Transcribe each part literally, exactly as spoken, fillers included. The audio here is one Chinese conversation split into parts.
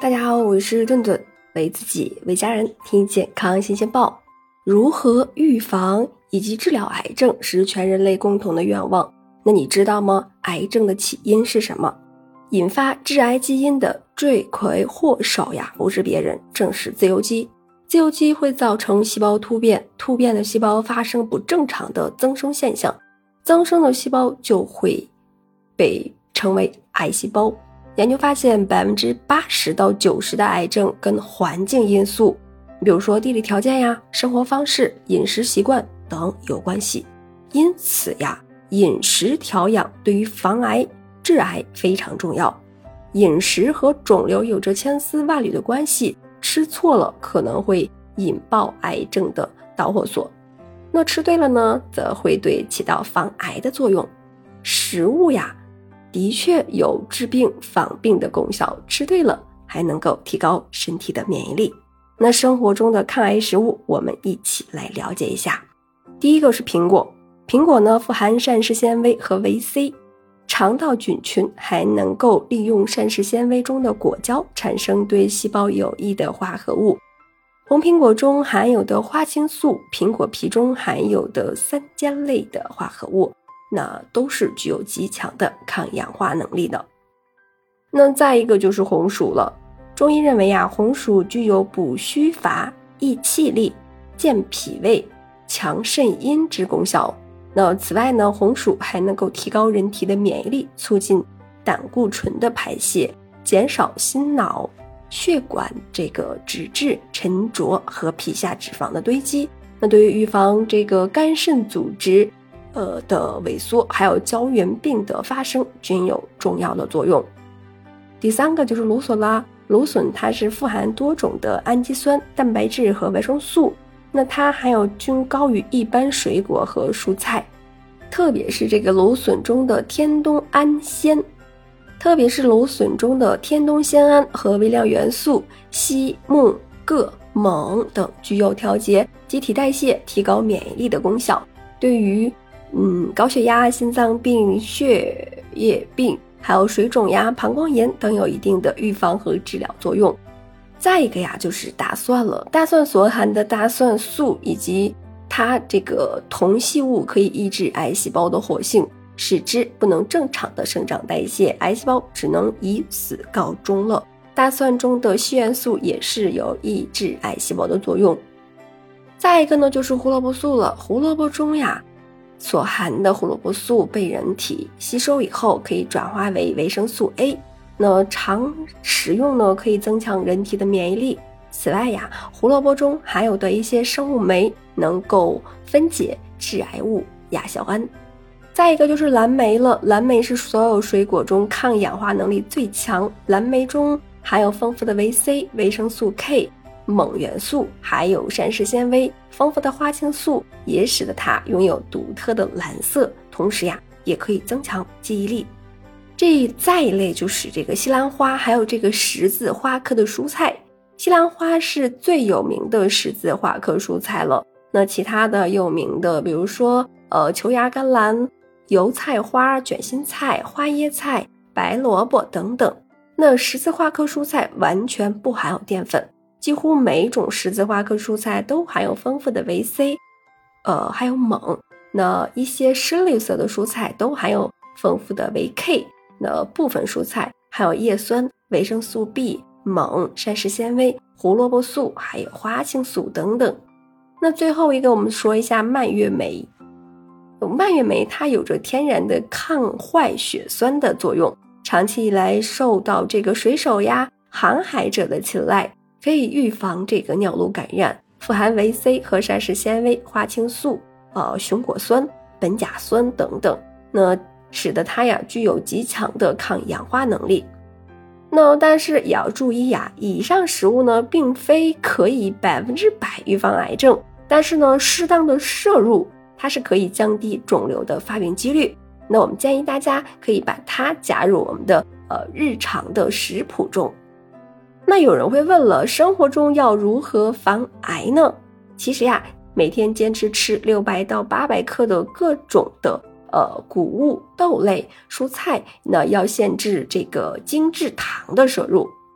大家好，我是顿顿，为自己为家人听健康新鲜报。如何预防以及治疗癌症是全人类共同的愿望。那你知道吗？癌症的起因是什么？引发致癌基因的罪魁祸首呀，不是别人，正是自由基。自由基会造成细胞突变，突变的细胞发生不正常的增生现象，增生的细胞就会被称为癌细胞。研究发现 百分之八十到九十 的癌症跟环境因素，比如说地理条件呀、生活方式、饮食习惯等有关系。因此呀，饮食调养对于防癌致癌非常重要。饮食和肿瘤有着千丝万缕的关系，吃错了可能会引爆癌症的导火索，那吃对了呢，则会对起到防癌的作用。食物呀的确有治病防病的功效，吃对了还能够提高身体的免疫力。那生活中的抗癌食物我们一起来了解一下。第一个是苹果，苹果呢富含膳食纤维和维 C， 肠道菌群还能够利用膳食纤维中的果胶产生对细胞有益的化合物。红苹果中含有的花青素，苹果皮中含有的三尖类的化合物，那都是具有极强的抗氧化能力的。那再一个就是红薯了。中医认为啊，红薯具有补虚乏、益气力、健脾胃、强肾阴之功效。那此外呢，红薯还能够提高人体的免疫力，促进胆固醇的排泄，减少心脑血管这个脂质沉着和皮下脂肪的堆积。那对于预防这个肝肾组织呃的萎缩，还有胶原病的发生均有重要的作用。第三个就是芦笋啦，芦笋它是富含多种的氨基酸、蛋白质和维生素，那它含有均高于一般水果和蔬菜，特别是这个芦笋中的天冬氨酰，特别是芦笋中的天冬酰胺和微量元素硒、锰、铬、锰等具有调节机体代谢、提高免疫力的功效，对于嗯高血压、心脏病、血液病还有水肿呀、膀胱炎等有一定的预防和治疗作用。再一个呀就是大蒜了，大蒜所含的大蒜素以及它这个同系物可以抑制癌细胞的活性，使之不能正常的生长代谢，癌细胞只能以死告终了。大蒜中的硒元素也是有抑制癌细胞的作用。再一个呢就是胡萝卜素了，胡萝卜中呀所含的胡萝卜素被人体吸收以后可以转化为维生素 A， 那常食用呢可以增强人体的免疫力。此外呀，胡萝卜中含有的一些生物酶能够分解致癌物亚硝胺。再一个就是蓝莓了，蓝莓是所有水果中抗氧化能力最强，蓝莓中含有丰富的维 C、维生素 K、锰元素，还有膳食纤维，丰富的花青素也使得它拥有独特的蓝色，同时呀也可以增强记忆力。这再一类就是这个西兰花，还有这个十字花科的蔬菜。西兰花是最有名的十字花科蔬菜了，那其他的有名的比如说呃球芽甘蓝、油菜花、卷心菜、花椰菜、白萝卜等等。那十字花科蔬菜完全不含有淀粉，几乎每种十字花科蔬菜都含有丰富的维 C， 呃还有锰。那一些深绿色的蔬菜都含有丰富的维 K， 那部分蔬菜还有叶酸、维生素 B、锰、膳食纤维、胡萝卜素还有花青素等等。那最后一个我们说一下蔓越莓。蔓越莓它有着天然的抗坏血酸的作用，长期以来受到这个水手呀、航海者的青睐，可以预防这个尿路感染，富含维 C 和膳食纤维、花青素、呃熊果酸、苯甲酸等等，那使得它呀具有极强的抗氧化能力。那但是也要注意呀，以上食物呢并非可以百分之百预防癌症，但是呢适当的摄入它是可以降低肿瘤的发病几率。那我们建议大家可以把它加入我们的呃日常的食谱中。那有人会问了，生活中要如何防癌呢？其实呀，每天坚持吃六百到八百克的各种的呃谷物、豆类、蔬菜，那要限制这个精制糖的摄入。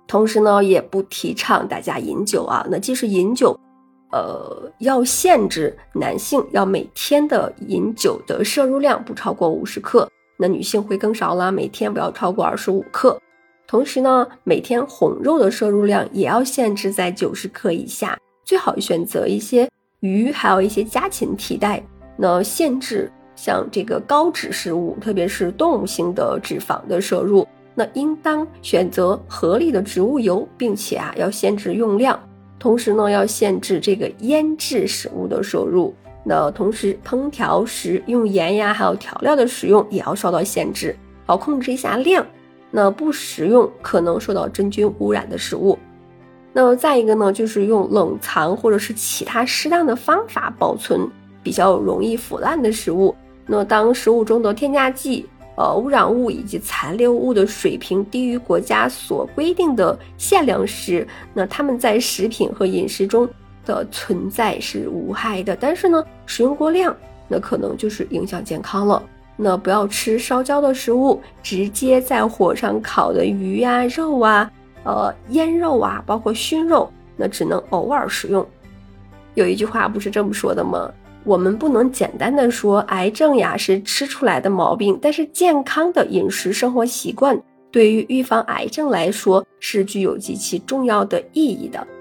同时呢，也不提倡大家饮酒啊。那即使饮酒，呃，要限制男性要每天的饮酒的摄入量不超过五十克，那女性会更少了，每天不要超过二十五克。同时呢，每天红肉的摄入量也要限制在九十克以下，最好选择一些鱼，还有一些家禽替代。那限制像这个高脂食物，特别是动物性的脂肪的摄入，那应当选择合理的植物油，并且啊要限制用量。同时呢，要限制这个腌制食物的摄入。那同时烹调时用盐呀，还有调料的使用也要受到限制，好控制一下量。那不食用可能受到真菌污染的食物。那再一个呢，就是用冷藏或者是其他适当的方法保存比较容易腐烂的食物。那当食物中的添加剂、呃污染物以及残留物的水平低于国家所规定的限量时，那它们在食品和饮食中的存在是无害的，但是呢，使用过量，那可能就是影响健康了。那不要吃烧焦的食物，直接在火上烤的鱼啊、肉啊、呃腌肉啊，包括熏肉，那只能偶尔食用。有一句话不是这么说的吗？我们不能简单的说癌症呀是吃出来的毛病，但是健康的饮食生活习惯对于预防癌症来说是具有极其重要的意义的。